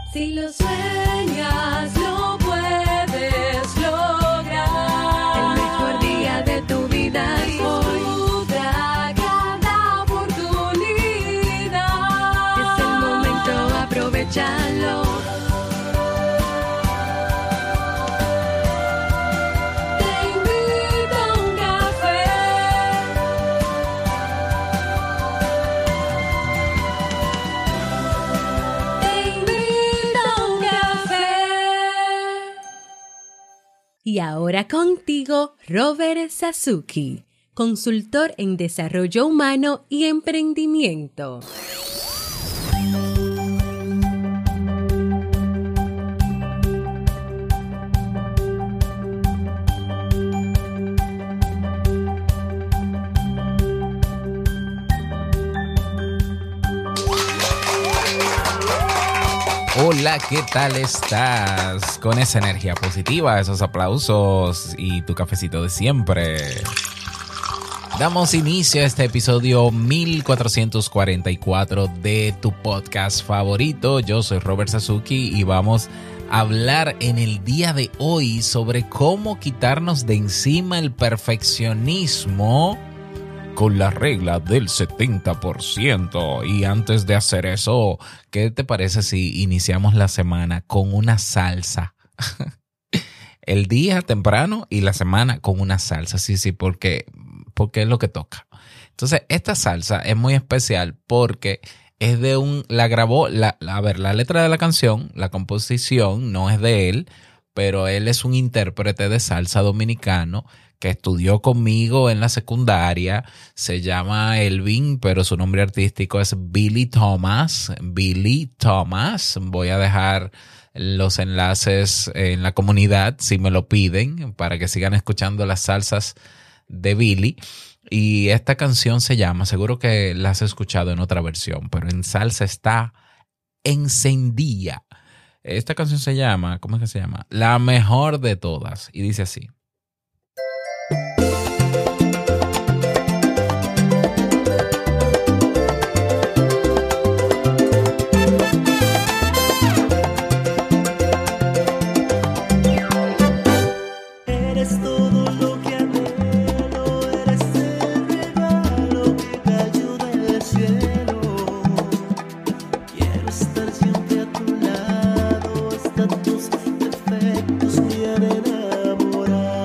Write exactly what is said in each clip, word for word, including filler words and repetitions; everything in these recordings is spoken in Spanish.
Si lo sueñas, lo puedes lograr. El mejor día de tu vida es hoy. Disfruta cada oportunidad. Es el momento, aprovechalo. Te invito a un café. Te invito a un café. Y ahora contigo, Robert Sasuki, consultor en desarrollo humano y emprendimiento. Hola, ¿qué tal estás? Con esa energía positiva, esos aplausos y tu cafecito de siempre. Damos inicio a este episodio mil cuatrocientos cuarenta y cuatro de tu podcast favorito. Yo soy Robert Sasuki y vamos a hablar en el día de hoy sobre cómo quitarnos de encima el perfeccionismo con la regla del setenta por ciento. Y antes de hacer eso, ¿qué te parece si iniciamos la semana con una salsa? El día temprano y la semana con una salsa. Sí, sí, porque, porque es lo que toca. Entonces, esta salsa es muy especial porque es de un... La grabó... La, la, a ver, la letra de la canción, la composición no es de él, pero él es un intérprete de salsa dominicano que estudió conmigo en la secundaria. Se llama Elvin, pero su nombre artístico es Billy Thomas. Billy Thomas. Voy a dejar los enlaces en la comunidad si me lo piden para que sigan escuchando las salsas de Billy. Y esta canción se llama, seguro que la has escuchado en otra versión, pero en salsa está encendida. Esta canción se llama, ¿cómo es que se llama? La mejor de todas. Y dice así. Eres todo lo que anhelo, eres el regalo que cayó del cielo. Quiero estar siempre a tu lado, hasta tus defectos me han enamorado.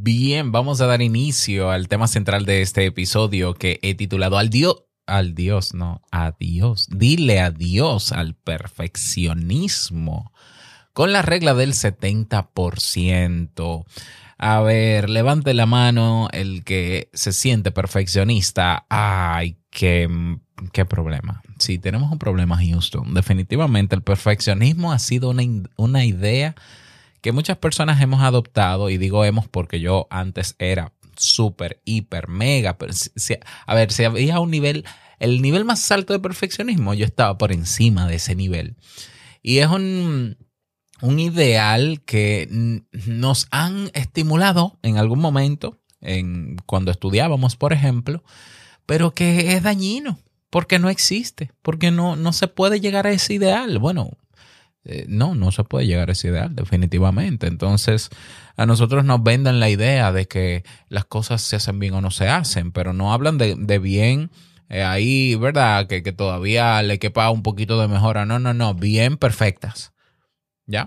Bien, vamos a dar inicio al tema central de este episodio que he titulado Al Dios, al Dios, no, adiós. Dile adiós al perfeccionismo con la regla del setenta por ciento. A ver, levante la mano el que se siente perfeccionista. Ay, qué, qué problema. Sí, tenemos un problema, Houston. Definitivamente el perfeccionismo ha sido una, una idea que muchas personas hemos adoptado, y digo hemos porque yo antes era súper, hiper, mega. Pero si, a ver, si había un nivel, el nivel más alto de perfeccionismo, yo estaba por encima de ese nivel. Y es un, un ideal que nos han estimulado en algún momento, en, cuando estudiábamos, por ejemplo, pero que es dañino porque no existe, porque no, no se puede llegar a ese ideal. Bueno, Eh, no, no se puede llegar a ese ideal, definitivamente. Entonces, a nosotros nos venden la idea de que las cosas se hacen bien o no se hacen, pero no hablan de, de bien eh, ahí, ¿verdad? Que, que todavía le quepa un poquito de mejora. No, no, no, bien perfectas. ¿Ya?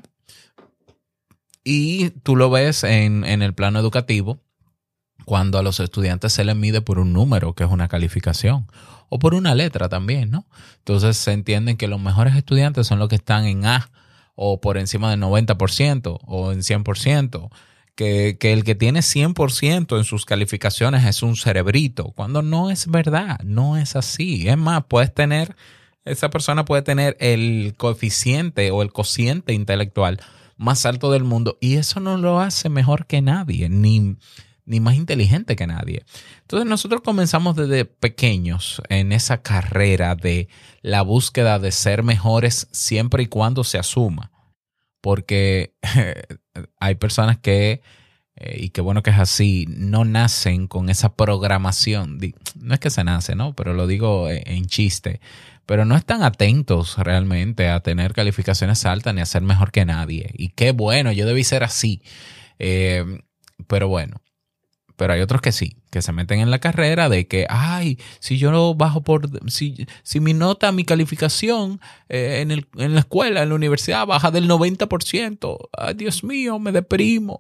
Y tú lo ves en, en el plano educativo, cuando a los estudiantes se les mide por un número, que es una calificación, o por una letra también, ¿no? Entonces se entienden que los mejores estudiantes son los que están en A, o por encima del noventa por ciento, o en cien por ciento, que, que el que tiene cien por ciento en sus calificaciones es un cerebrito, cuando no es verdad, no es así. Es más, puedes tener, esa persona puede tener el coeficiente o el cociente intelectual más alto del mundo, y eso no lo hace mejor que nadie, ni ni más inteligente que nadie. Entonces nosotros comenzamos desde pequeños en esa carrera de la búsqueda de ser mejores siempre y cuando se asuma. Porque hay personas que, eh, y qué bueno que es así, no nacen con esa programación. No es que se nace, ¿no? Pero lo digo en chiste. Pero no están atentos realmente a tener calificaciones altas ni a ser mejor que nadie. Y qué bueno, yo debí ser así. Eh, pero bueno. Pero hay otros que sí, que se meten en la carrera de que, ay, si yo no bajo por, si, si mi nota, mi calificación eh, en, el, en la escuela, en la universidad, baja del noventa por ciento, ay, Dios mío, me deprimo.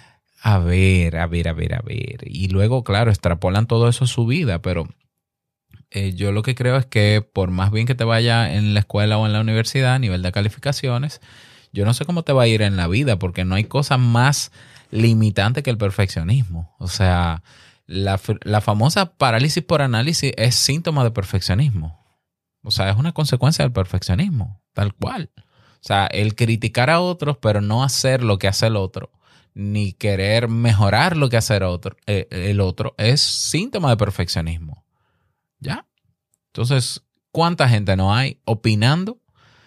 A ver, a ver, a ver, a ver. Y luego, claro, extrapolan todo eso a su vida, pero eh, yo lo que creo es que por más bien que te vaya en la escuela o en la universidad a nivel de calificaciones, yo no sé cómo te va a ir en la vida, porque no hay cosa más limitante que el perfeccionismo. O sea, la, la famosa parálisis por análisis es síntoma de perfeccionismo. O sea, es una consecuencia del perfeccionismo, tal cual. O sea, el criticar a otros, pero no hacer lo que hace el otro, ni querer mejorar lo que hace el otro, eh, el otro es síntoma de perfeccionismo. ¿Ya? Entonces, ¿cuánta gente no hay opinando,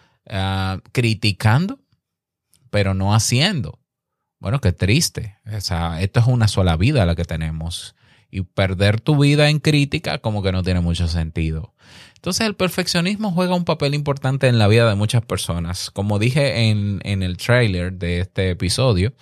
uh, criticando, pero no haciendo? Bueno, qué triste. O sea, esto es una sola vida la que tenemos. Y perder tu vida en crítica como que no tiene mucho sentido. Entonces el perfeccionismo juega un papel importante en la vida de muchas personas. Como dije en, en el tráiler de este episodio,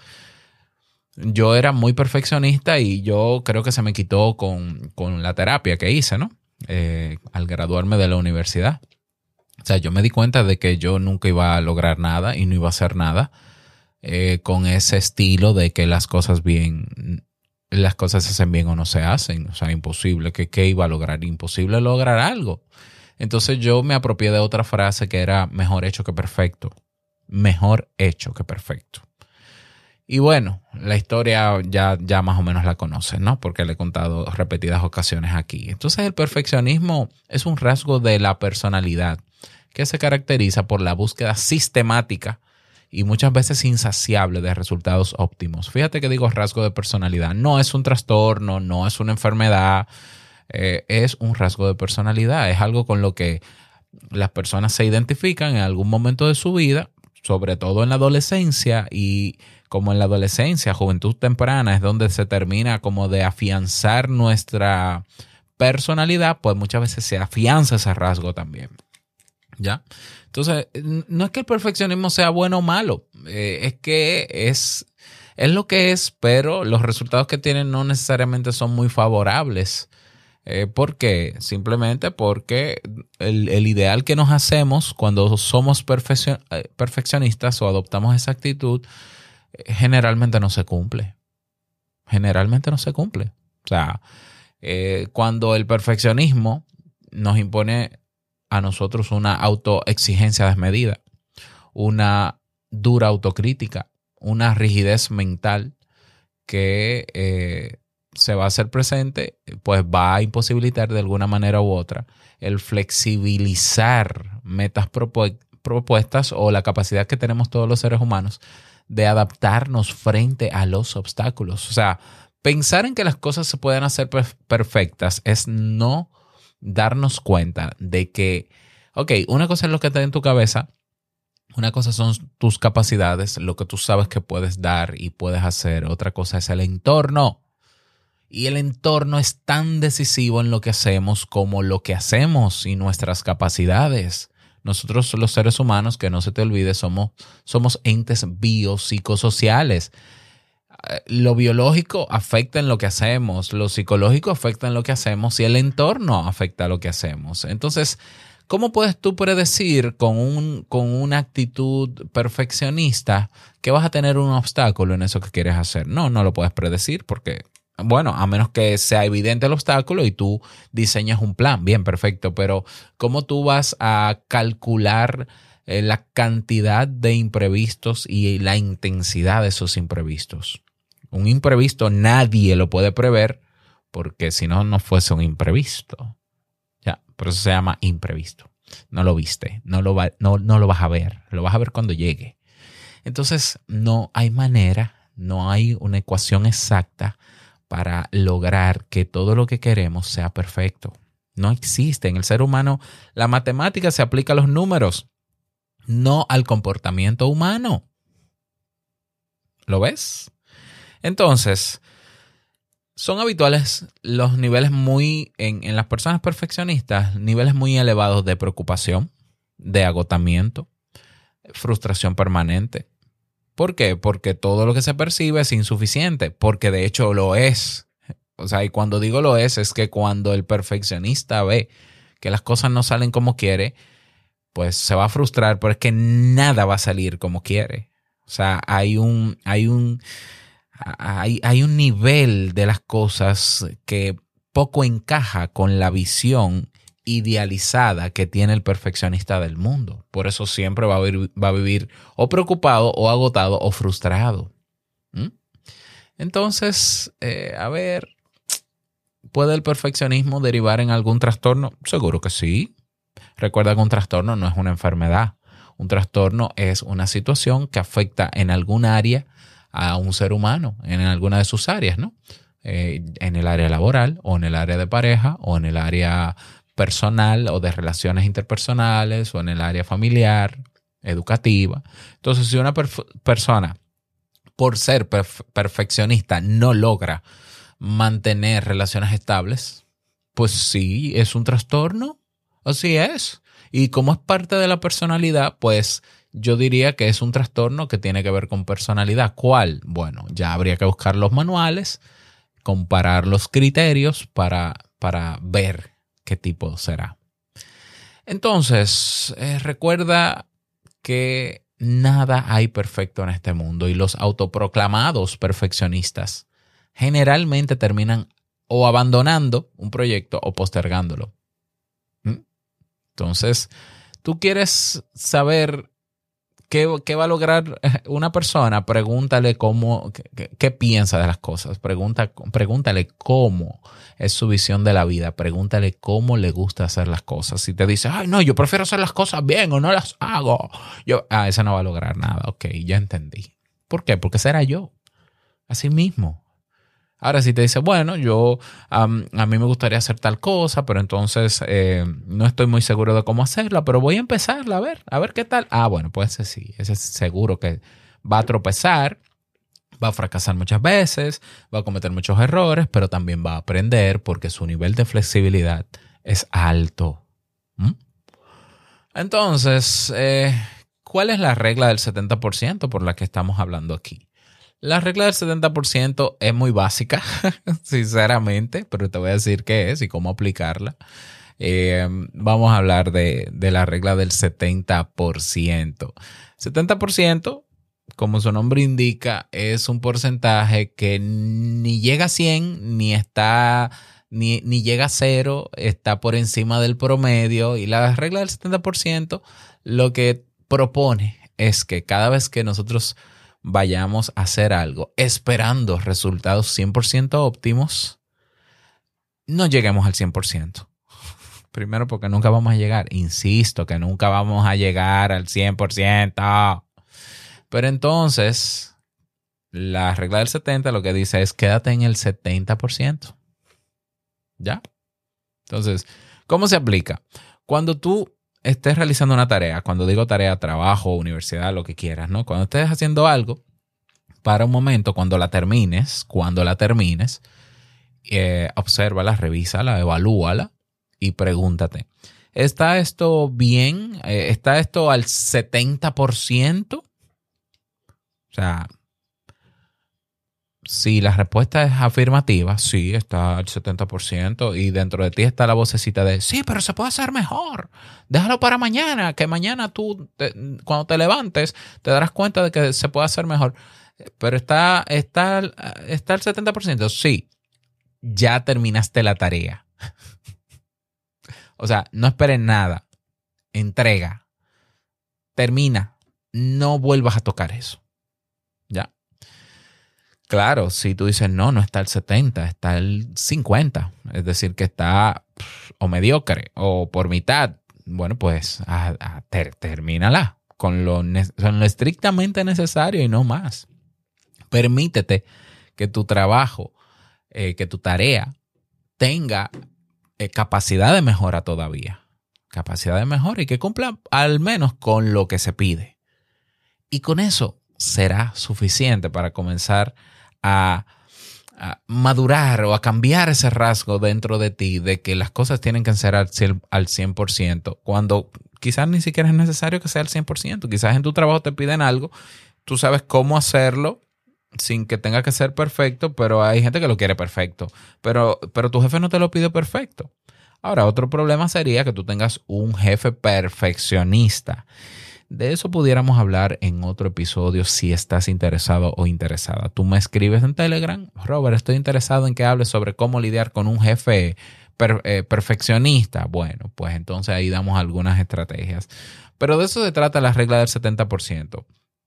yo era muy perfeccionista y yo creo que se me quitó con, con la terapia que hice, ¿no? Eh, al graduarme de la universidad. O sea, yo me di cuenta de que yo nunca iba a lograr nada y no iba a hacer nada Eh, con ese estilo de que las cosas bien, las cosas se hacen bien o no se hacen. O sea, imposible. ¿Qué, qué iba a lograr? Imposible lograr algo. Entonces yo me apropié de otra frase que era mejor hecho que perfecto. Mejor hecho que perfecto. Y bueno, la historia ya, ya más o menos la conocen, ¿no? Porque le he contado repetidas ocasiones aquí. Entonces el perfeccionismo es un rasgo de la personalidad que se caracteriza por la búsqueda sistemática y muchas veces insaciable de resultados óptimos. Fíjate que digo rasgo de personalidad. No es un trastorno, no es una enfermedad, eh, es un rasgo de personalidad. Es algo con lo que las personas se identifican en algún momento de su vida, sobre todo en la adolescencia, y como en la adolescencia, juventud temprana, es donde se termina como de afianzar nuestra personalidad, pues muchas veces se afianza ese rasgo también. ¿Ya? Entonces, no es que el perfeccionismo sea bueno o malo, eh, es que es, es lo que es, pero los resultados que tienen no necesariamente son muy favorables. Eh, ¿Por qué? Simplemente porque el, el ideal que nos hacemos cuando somos perfeccion, perfeccionistas o adoptamos esa actitud, eh, generalmente no se cumple. generalmente no se cumple. O sea, eh, cuando el perfeccionismo nos impone a nosotros una autoexigencia desmedida, una dura autocrítica, una rigidez mental que eh, se va a hacer presente, pues va a imposibilitar de alguna manera u otra el flexibilizar metas propu- propuestas o la capacidad que tenemos todos los seres humanos de adaptarnos frente a los obstáculos. O sea, pensar en que las cosas se pueden hacer perf- perfectas es no darnos cuenta de que, ok, una cosa es lo que está en tu cabeza, una cosa son tus capacidades, lo que tú sabes que puedes dar y puedes hacer, otra cosa es el entorno. Y el entorno es tan decisivo en lo que hacemos como lo que hacemos y nuestras capacidades. Nosotros los seres humanos, que no se te olvide, somos, somos entes biopsicosociales. Lo biológico afecta en lo que hacemos, lo psicológico afecta en lo que hacemos y el entorno afecta a lo que hacemos. Entonces, ¿cómo puedes tú predecir con, un, con una actitud perfeccionista que vas a tener un obstáculo en eso que quieres hacer? No, no lo puedes predecir porque, bueno, a menos que sea evidente el obstáculo y tú diseñas un plan, bien, perfecto, pero ¿cómo tú vas a calcular eh, la cantidad de imprevistos y la intensidad de esos imprevistos? Un imprevisto nadie lo puede prever porque si no, no fuese un imprevisto. Ya, por eso se llama imprevisto. No lo viste, no lo, va, no, no lo vas a ver, lo vas a ver cuando llegue. Entonces, no hay manera, no hay una ecuación exacta para lograr que todo lo que queremos sea perfecto. No existe. En el ser humano, la matemática se aplica a los números, no al comportamiento humano. ¿Lo ves? Entonces, son habituales los niveles muy, en, en las personas perfeccionistas, niveles muy elevados de preocupación, de agotamiento, frustración permanente. ¿Por qué? Porque todo lo que se percibe es insuficiente, porque de hecho lo es. O sea, y cuando digo lo es, es que cuando el perfeccionista ve que las cosas no salen como quiere, pues se va a frustrar, pero es que nada va a salir como quiere. O sea, hay un, hay un, hay, hay un nivel de las cosas que poco encaja con la visión idealizada que tiene el perfeccionista del mundo. Por eso siempre va a vivir, va a vivir o preocupado o agotado o frustrado. ¿Mm? Entonces, eh, a ver, ¿puede el perfeccionismo derivar en algún trastorno? Seguro que sí. Recuerda que un trastorno no es una enfermedad. Un trastorno es una situación que afecta en algún área a un ser humano, en alguna de sus áreas, ¿no? Eh, en el área laboral o en el área de pareja o en el área personal o de relaciones interpersonales o en el área familiar, educativa. Entonces, si una perf- persona, por ser perf- perfeccionista, no logra mantener relaciones estables, pues sí, es un trastorno. Así es. Y como es parte de la personalidad, pues yo diría que es un trastorno que tiene que ver con personalidad. ¿Cuál? Bueno, ya habría que buscar los manuales, comparar los criterios para, para ver qué tipo será. Entonces, eh, recuerda que nada hay perfecto en este mundo y los autoproclamados perfeccionistas generalmente terminan o abandonando un proyecto o postergándolo. ¿Mm? Entonces, tú quieres saber ¿Qué, ¿Qué va a lograr una persona? Pregúntale cómo, qué, qué piensa de las cosas. Pregunta, pregúntale cómo es su visión de la vida. Pregúntale cómo le gusta hacer las cosas. Si te dice, ay, no, yo prefiero hacer las cosas bien o no las hago. Yo, ah, ese no va a lograr nada. Ok, ya entendí. ¿Por qué? Porque será yo. Así mismo. Ahora, si te dice, bueno, yo um, a mí me gustaría hacer tal cosa, pero entonces eh, no estoy muy seguro de cómo hacerla, pero voy a empezarla a ver, a ver qué tal. Ah, bueno, pues ese sí, ese es seguro que va a tropezar, va a fracasar muchas veces, va a cometer muchos errores, pero también va a aprender porque su nivel de flexibilidad es alto. ¿Mm? Entonces, eh, ¿cuál es la regla del setenta por ciento por la que estamos hablando aquí? La regla del setenta por ciento es muy básica, sinceramente, pero te voy a decir qué es y cómo aplicarla. Eh, vamos a hablar de, de la regla del setenta por ciento. setenta por ciento como su nombre indica, es un porcentaje que ni llega a cien, ni está, ni, ni llega a cero, está por encima del promedio. Y la regla del setenta por ciento lo que propone es que cada vez que nosotros vayamos a hacer algo esperando resultados cien por ciento óptimos, no lleguemos al cien por ciento. Primero porque nunca vamos a llegar. Insisto que nunca vamos a llegar al cien por ciento. Pero entonces, la regla del setenta lo que dice es quédate en el setenta por ciento. ¿Ya? Entonces, ¿cómo se aplica? Cuando tú estés realizando una tarea, cuando digo tarea, trabajo, universidad, lo que quieras, ¿no? Cuando estés haciendo algo, para un momento, cuando la termines, cuando la termines, eh, obsérvala, revísala, evalúala y pregúntate, ¿está esto bien? ¿Está esto al setenta por ciento? O sea, si la respuesta es afirmativa, sí, está al setenta por ciento y dentro de ti está la vocecita de, sí, pero se puede hacer mejor. Déjalo para mañana, que mañana tú, te, cuando te levantes, te darás cuenta de que se puede hacer mejor. Pero está, está, está al setenta por ciento, sí, ya terminaste la tarea. O sea, no esperes nada. Entrega. Termina. No vuelvas a tocar eso. ¿Ya? Claro, si tú dices, no, no está el setenta, está el cincuenta. Es decir, que está pff, o mediocre o por mitad. Bueno, pues a, a ter, termínala con lo, con lo estrictamente necesario y no más. Permítete que tu trabajo, eh, que tu tarea tenga eh, capacidad de mejora todavía. Capacidad de mejora y que cumpla al menos con lo que se pide. Y con eso será suficiente para comenzar a, a madurar o a cambiar ese rasgo dentro de ti de que las cosas tienen que ser al cien por ciento, cuando quizás ni siquiera es necesario que sea al cien por ciento. Quizás en tu trabajo te piden algo, tú sabes cómo hacerlo sin que tenga que ser perfecto, pero hay gente que lo quiere perfecto, pero, pero tu jefe no te lo pide perfecto. Ahora, otro problema sería que tú tengas un jefe perfeccionista. De eso pudiéramos hablar en otro episodio si estás interesado o interesada. Tú me escribes en Telegram, Robert, estoy interesado en que hables sobre cómo lidiar con un jefe per, eh, perfeccionista. Bueno, pues entonces ahí damos algunas estrategias. Pero de eso se trata la regla del setenta por ciento.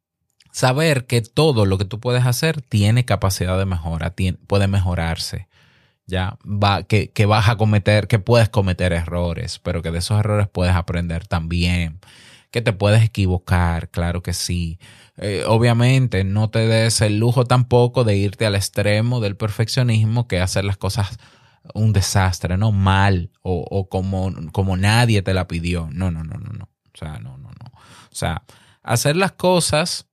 Saber que todo lo que tú puedes hacer tiene capacidad de mejora, tiene, puede mejorarse. Ya va, que, que vas a cometer, que puedes cometer errores, pero que de esos errores puedes aprender también. Que te puedes equivocar, claro que sí. Eh, obviamente no te des el lujo tampoco de irte al extremo del perfeccionismo, que hacer las cosas un desastre, ¿no? Mal o, o como, como nadie te la pidió. No, no, no, no, no. O sea, no, no, no. O sea, hacer las cosas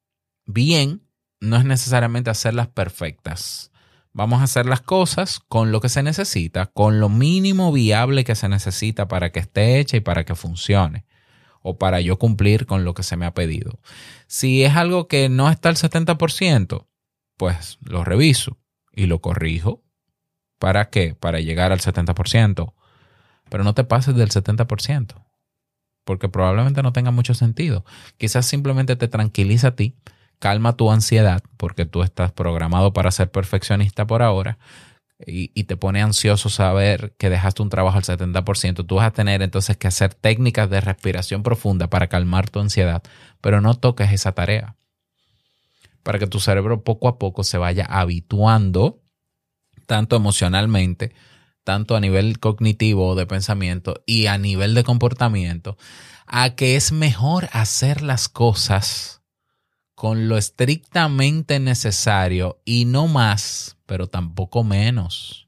bien no es necesariamente hacerlas perfectas. Vamos a hacer las cosas con lo que se necesita, con lo mínimo viable que se necesita para que esté hecha y para que funcione. O para yo cumplir con lo que se me ha pedido. Si es algo que no está al setenta por ciento, pues lo reviso y lo corrijo. ¿Para qué? Para llegar al setenta por ciento. Pero no te pases del setenta por ciento, porque probablemente no tenga mucho sentido. Quizás simplemente te tranquiliza a ti, calma tu ansiedad, porque tú estás programado para ser perfeccionista por ahora, Y, y te pone ansioso saber que dejaste un trabajo al setenta por ciento. Tú vas a tener entonces que hacer técnicas de respiración profunda para calmar tu ansiedad, pero no toques esa tarea. Para que tu cerebro poco a poco se vaya habituando, tanto emocionalmente, tanto a nivel cognitivo de pensamiento y a nivel de comportamiento, a que es mejor hacer las cosas con lo estrictamente necesario y no más, pero tampoco menos.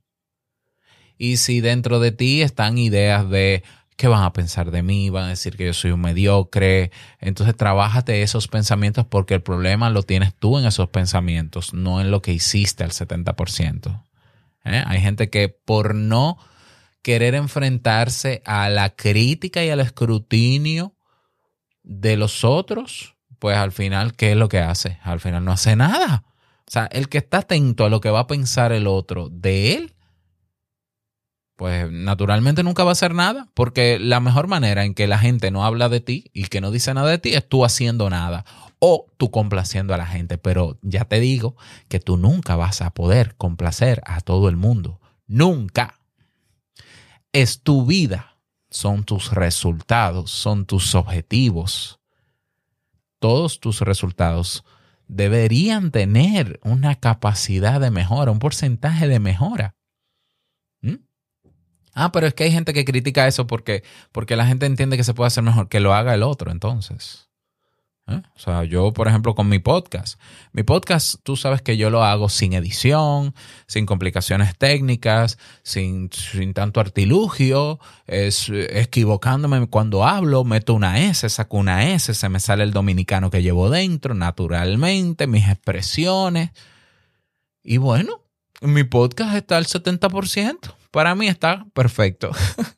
Y si dentro de ti están ideas de ¿qué van a pensar de mí? Van a decir que yo soy un mediocre. Entonces trabájate esos pensamientos, porque el problema lo tienes tú en esos pensamientos, no en lo que hiciste al setenta por ciento. ¿Eh? Hay gente que por no querer enfrentarse a la crítica y al escrutinio de los otros, pues al final, ¿qué es lo que hace? Al final no hace nada. O sea, el que está atento a lo que va a pensar el otro de él, pues naturalmente nunca va a hacer nada, porque la mejor manera en que la gente no habla de ti y que no dice nada de ti es tú haciendo nada o tú complaciendo a la gente. Pero ya te digo que tú nunca vas a poder complacer a todo el mundo. Nunca. Es tu vida, son tus resultados, son tus objetivos. Todos tus resultados deberían tener una capacidad de mejora, un porcentaje de mejora. ¿Mm? Ah, pero es que hay gente que critica eso porque, porque la gente entiende que se puede hacer mejor, que lo haga el otro entonces. ¿Eh? O sea, yo, por ejemplo, con mi podcast. Mi podcast, tú sabes que yo lo hago sin edición, sin complicaciones técnicas, sin, sin tanto artilugio, es, equivocándome cuando hablo, meto una S, saco una S, se me sale el dominicano que llevo dentro, naturalmente, mis expresiones. Y bueno, mi podcast está al setenta por ciento. Para mí está perfecto.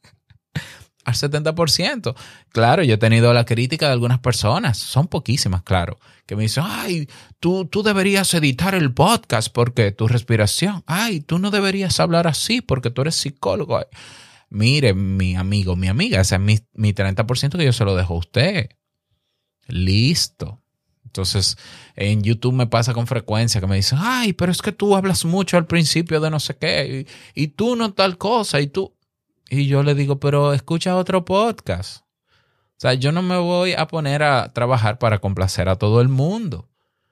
Al setenta por ciento. Claro, yo he tenido la crítica de algunas personas, son poquísimas, claro, que me dicen, ay, tú, tú deberías editar el podcast porque tu respiración, ay, tú no deberías hablar así porque tú eres psicólogo. Ay, mire, mi amigo, mi amiga, ese es mi, mi treinta por ciento que yo se lo dejo a usted. Listo. Entonces, en YouTube me pasa con frecuencia que me dicen, ay, pero es que tú hablas mucho al principio de no sé qué y, y tú no tal cosa y tú... Y yo le digo, pero escucha otro podcast. O sea, yo no me voy a poner a trabajar para complacer a todo el mundo.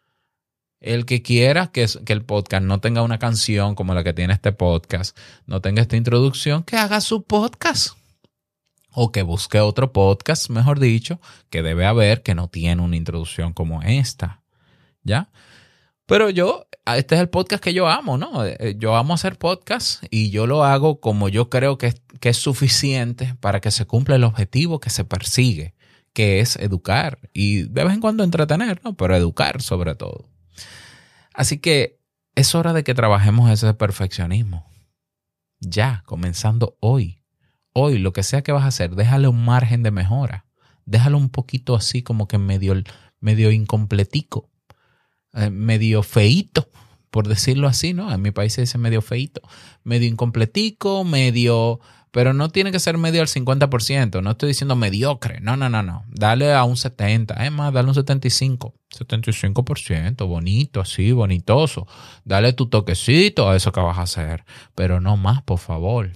El que quiera que, que el podcast no tenga una canción como la que tiene este podcast, no tenga esta introducción, que haga su podcast. O que busque otro podcast, mejor dicho, que debe haber, que no tiene una introducción como esta. ¿Ya? Pero yo, este es el podcast que yo amo, ¿no? Yo amo hacer podcast y yo lo hago como yo creo que es, que es suficiente para que se cumpla el objetivo que se persigue, que es educar y de vez en cuando entretener, ¿no? Pero educar sobre todo. Así que es hora de que trabajemos ese perfeccionismo. Ya, comenzando hoy. Hoy, lo que sea que vas a hacer, déjale un margen de mejora. Déjalo un poquito así como que medio, medio incompletico. Medio feíto, por decirlo así, ¿no? En mi país se dice medio feíto, medio incompletico, medio, pero no tiene que ser medio al cincuenta por ciento, no estoy diciendo mediocre, no, no, no, no, dale a un setenta por ciento, es más, dale un setenta y cinco por ciento, bonito, así, bonitoso, dale tu toquecito a eso que vas a hacer, pero no más, por favor,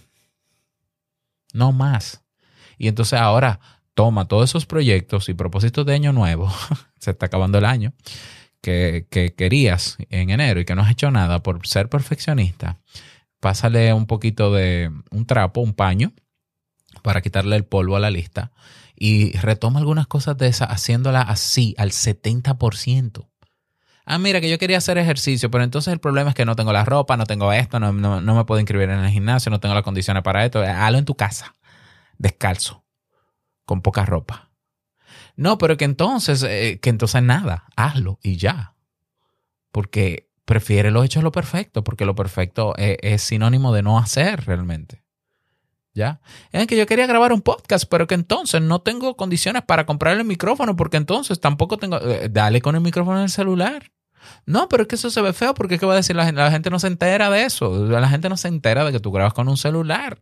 no más. Y entonces ahora toma todos esos proyectos y propósitos de año nuevo, se está acabando el año, Que, que querías en enero y que no has hecho nada por ser perfeccionista, pásale un poquito de un trapo, un paño, para quitarle el polvo a la lista y retoma algunas cosas de esas haciéndolas así al setenta por ciento. Ah, mira, que yo quería hacer ejercicio, pero entonces el problema es que no tengo la ropa, no tengo esto, no, no, no me puedo inscribir en el gimnasio, no tengo las condiciones para esto. Hazlo en tu casa, descalzo, con poca ropa. No, pero que entonces, eh, que entonces nada, hazlo y ya. Porque prefiere lo hecho a lo perfecto, porque lo perfecto es, es sinónimo de no hacer realmente. ¿Ya? Es que yo quería grabar un podcast, pero que entonces no tengo condiciones para comprar el micrófono, porque entonces tampoco tengo... Eh, dale con el micrófono en el celular. No, pero es que eso se ve feo, porque ¿qué va a decir la gente? La gente no se entera de eso. La gente no se entera de que tú grabas con un celular.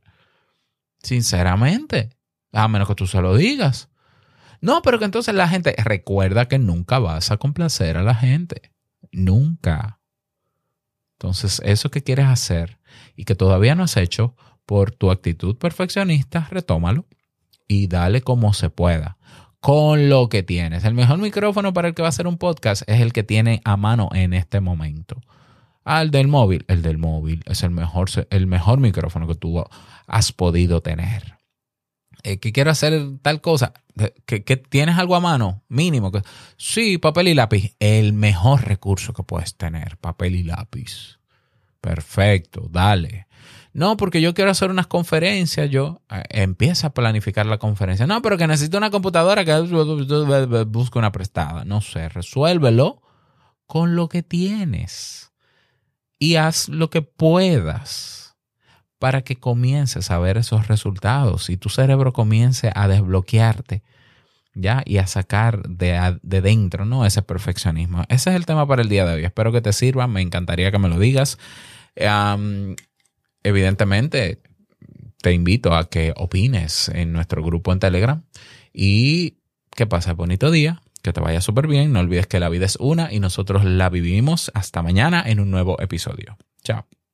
Sinceramente. A menos que tú se lo digas. No, pero que entonces la gente... Recuerda que nunca vas a complacer a la gente. Nunca. Entonces, eso que quieres hacer y que todavía no has hecho por tu actitud perfeccionista, retómalo y dale como se pueda. Con lo que tienes. El mejor micrófono para el que va a hacer un podcast es el que tiene a mano en este momento. Ah, el del móvil. El del móvil es el mejor, el mejor micrófono que tú has podido tener. Eh, que quiero hacer tal cosa, que, que tienes algo a mano, mínimo. Que, sí, papel y lápiz, el mejor recurso que puedes tener, papel y lápiz. Perfecto, dale. No, porque yo quiero hacer unas conferencias, yo eh, empieza a planificar la conferencia. No, pero que necesito una computadora que busque una prestada. No sé, resuélvelo con lo que tienes y haz lo que puedas para que comiences a ver esos resultados y tu cerebro comience a desbloquearte, ¿ya? Y a sacar de, de dentro, ¿no? Ese perfeccionismo. Ese es el tema para el día de hoy. Espero que te sirva. Me encantaría que me lo digas. Um, evidentemente, te invito a que opines en nuestro grupo en Telegram. Y que pases bonito día. Que te vaya súper bien. No olvides que la vida es una y nosotros la vivimos. Hasta mañana en un nuevo episodio. Chao.